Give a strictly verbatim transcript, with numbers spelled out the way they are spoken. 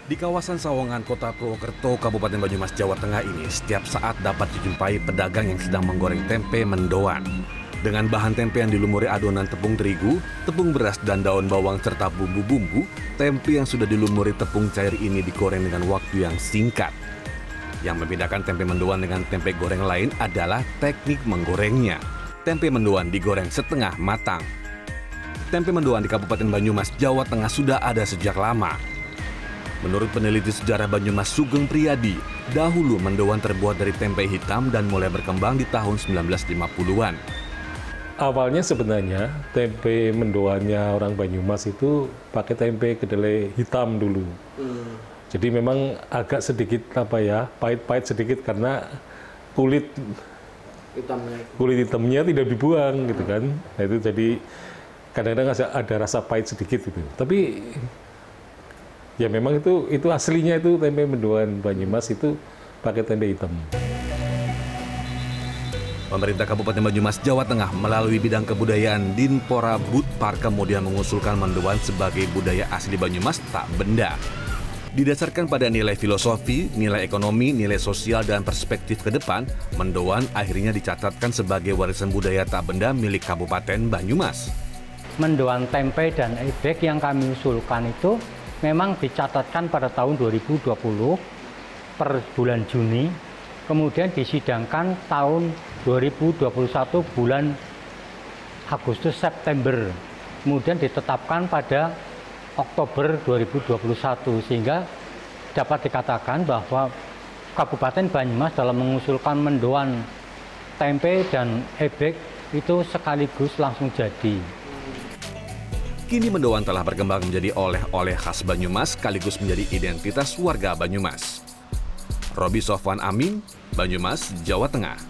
Di kawasan Sawangan, Kota Purwokerto, Kabupaten Banyumas, Jawa Tengah ini setiap saat dapat dijumpai pedagang yang sedang menggoreng tempe mendoan. Dengan bahan tempe yang dilumuri adonan tepung terigu, tepung beras, dan daun bawang serta bumbu-bumbu, tempe yang sudah dilumuri tepung cair ini digoreng dengan waktu yang singkat. Yang membedakan tempe mendoan dengan tempe goreng lain adalah teknik menggorengnya. Tempe mendoan digoreng setengah matang. Tempe mendoan di Kabupaten Banyumas, Jawa Tengah sudah ada sejak lama. Menurut peneliti sejarah Banyumas Sugeng Priyadi, dahulu mendoan terbuat dari tempe hitam dan mulai berkembang di tahun sembilan belas lima puluhan. Awalnya sebenarnya tempe mendoannya orang Banyumas itu pakai tempe kedelai hitam dulu. Hmm. Jadi memang agak sedikit apa ya, pahit-pahit sedikit karena kulit hitamnya, kulit hitamnya tidak dibuang gitu kan. Nah, itu jadi kadang-kadang ada rasa pahit sedikit gitu. Tapi ya memang itu itu aslinya itu tempe mendoan Banyumas itu pakai tempe hitam. Pemerintah Kabupaten Banyumas, Jawa Tengah melalui bidang kebudayaan Dinpora Budpar kemudian mengusulkan mendoan sebagai budaya asli Banyumas tak benda. Didasarkan pada nilai filosofi, nilai ekonomi, nilai sosial, dan perspektif ke depan, mendoan akhirnya dicatatkan sebagai warisan budaya tak benda milik Kabupaten Banyumas. Mendoan tempe dan ebek yang kami usulkan itu memang dicatatkan pada tahun dua ribu dua puluh per bulan Juni, kemudian disidangkan tahun dua ribu dua puluh satu bulan Agustus September, kemudian ditetapkan pada Oktober dua ribu dua puluh satu, sehingga dapat dikatakan bahwa Kabupaten Banyumas dalam mengusulkan mendoan tempe dan ebek itu sekaligus langsung jadi. Kini mendoan telah berkembang menjadi oleh-oleh khas Banyumas sekaligus menjadi identitas warga Banyumas. Robi Sofwan Amin, Banyumas, Jawa Tengah.